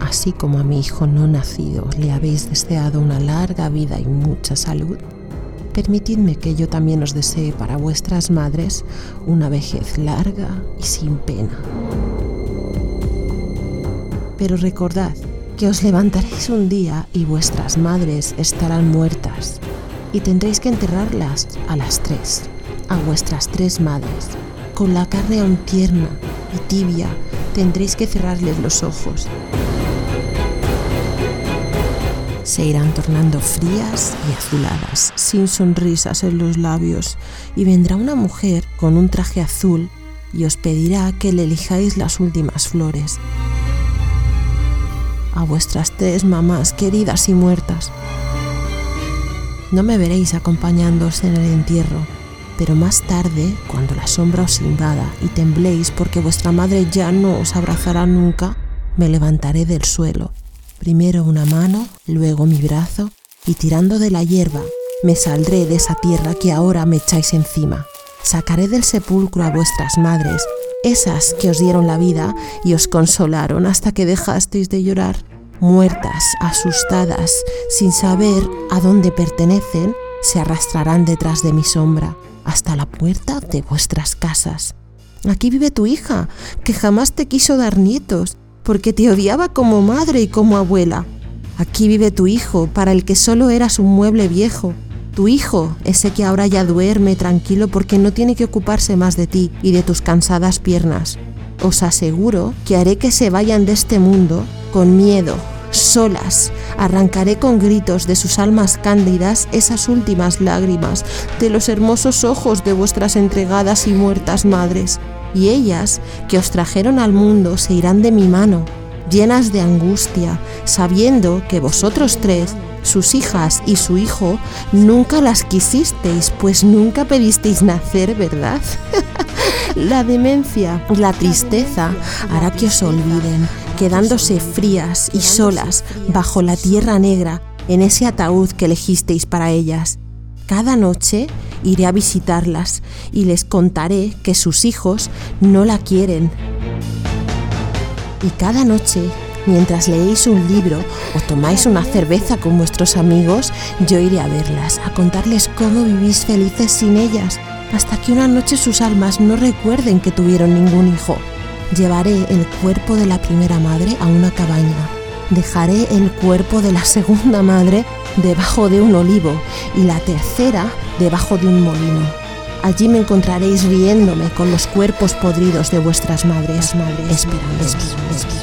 así como a mi hijo no nacido le habéis deseado una larga vida y mucha salud, permitidme que yo también os desee para vuestras madres una vejez larga y sin pena. Pero recordad que os levantaréis un día y vuestras madres estarán muertas y tendréis que enterrarlas a las 3, a vuestras 3 madres. Con la carne aún tierna y tibia tendréis que cerrarles los ojos. Se irán tornando frías y azuladas, sin sonrisas en los labios, y vendrá una mujer con un traje azul y os pedirá que le elijáis las últimas flores. A vuestras 3 mamás queridas y muertas. No me veréis acompañándoos en el entierro, pero más tarde, cuando la sombra os invada y tembléis porque vuestra madre ya no os abrazará nunca, me levantaré del suelo. Primero una mano, luego mi brazo, y tirando de la hierba, me saldré de esa tierra que ahora me echáis encima. Sacaré del sepulcro a vuestras madres, esas que os dieron la vida y os consolaron hasta que dejasteis de llorar. Muertas, asustadas, sin saber a dónde pertenecen, se arrastrarán detrás de mi sombra, hasta la puerta de vuestras casas. Aquí vive tu hija, que jamás te quiso dar nietos, porque te odiaba como madre y como abuela. Aquí vive tu hijo, para el que solo eras un mueble viejo. Tu hijo, ese que ahora ya duerme tranquilo porque no tiene que ocuparse más de ti y de tus cansadas piernas. Os aseguro que haré que se vayan de este mundo con miedo, solas. Arrancaré con gritos de sus almas cándidas esas últimas lágrimas de los hermosos ojos de vuestras entregadas y muertas madres. Y ellas, que os trajeron al mundo, se irán de mi mano, llenas de angustia, sabiendo que vosotros 3, sus hijas y su hijo, nunca las quisisteis, pues nunca pedisteis nacer, ¿verdad? La demencia, la tristeza hará que os olviden, quedándose frías y solas bajo la tierra negra en ese ataúd que elegisteis para ellas. Cada noche iré a visitarlas y les contaré que sus hijos no la quieren. Y cada noche, mientras leéis un libro o tomáis una cerveza con vuestros amigos, yo iré a verlas, a contarles cómo vivís felices sin ellas, hasta que una noche sus almas no recuerden que tuvieron ningún hijo. Llevaré el cuerpo de la primera madre a una cabaña. Dejaré el cuerpo de la segunda madre debajo de un olivo y la tercera debajo de un molino. Allí me encontraréis riéndome con los cuerpos podridos de vuestras madres, esperándoos.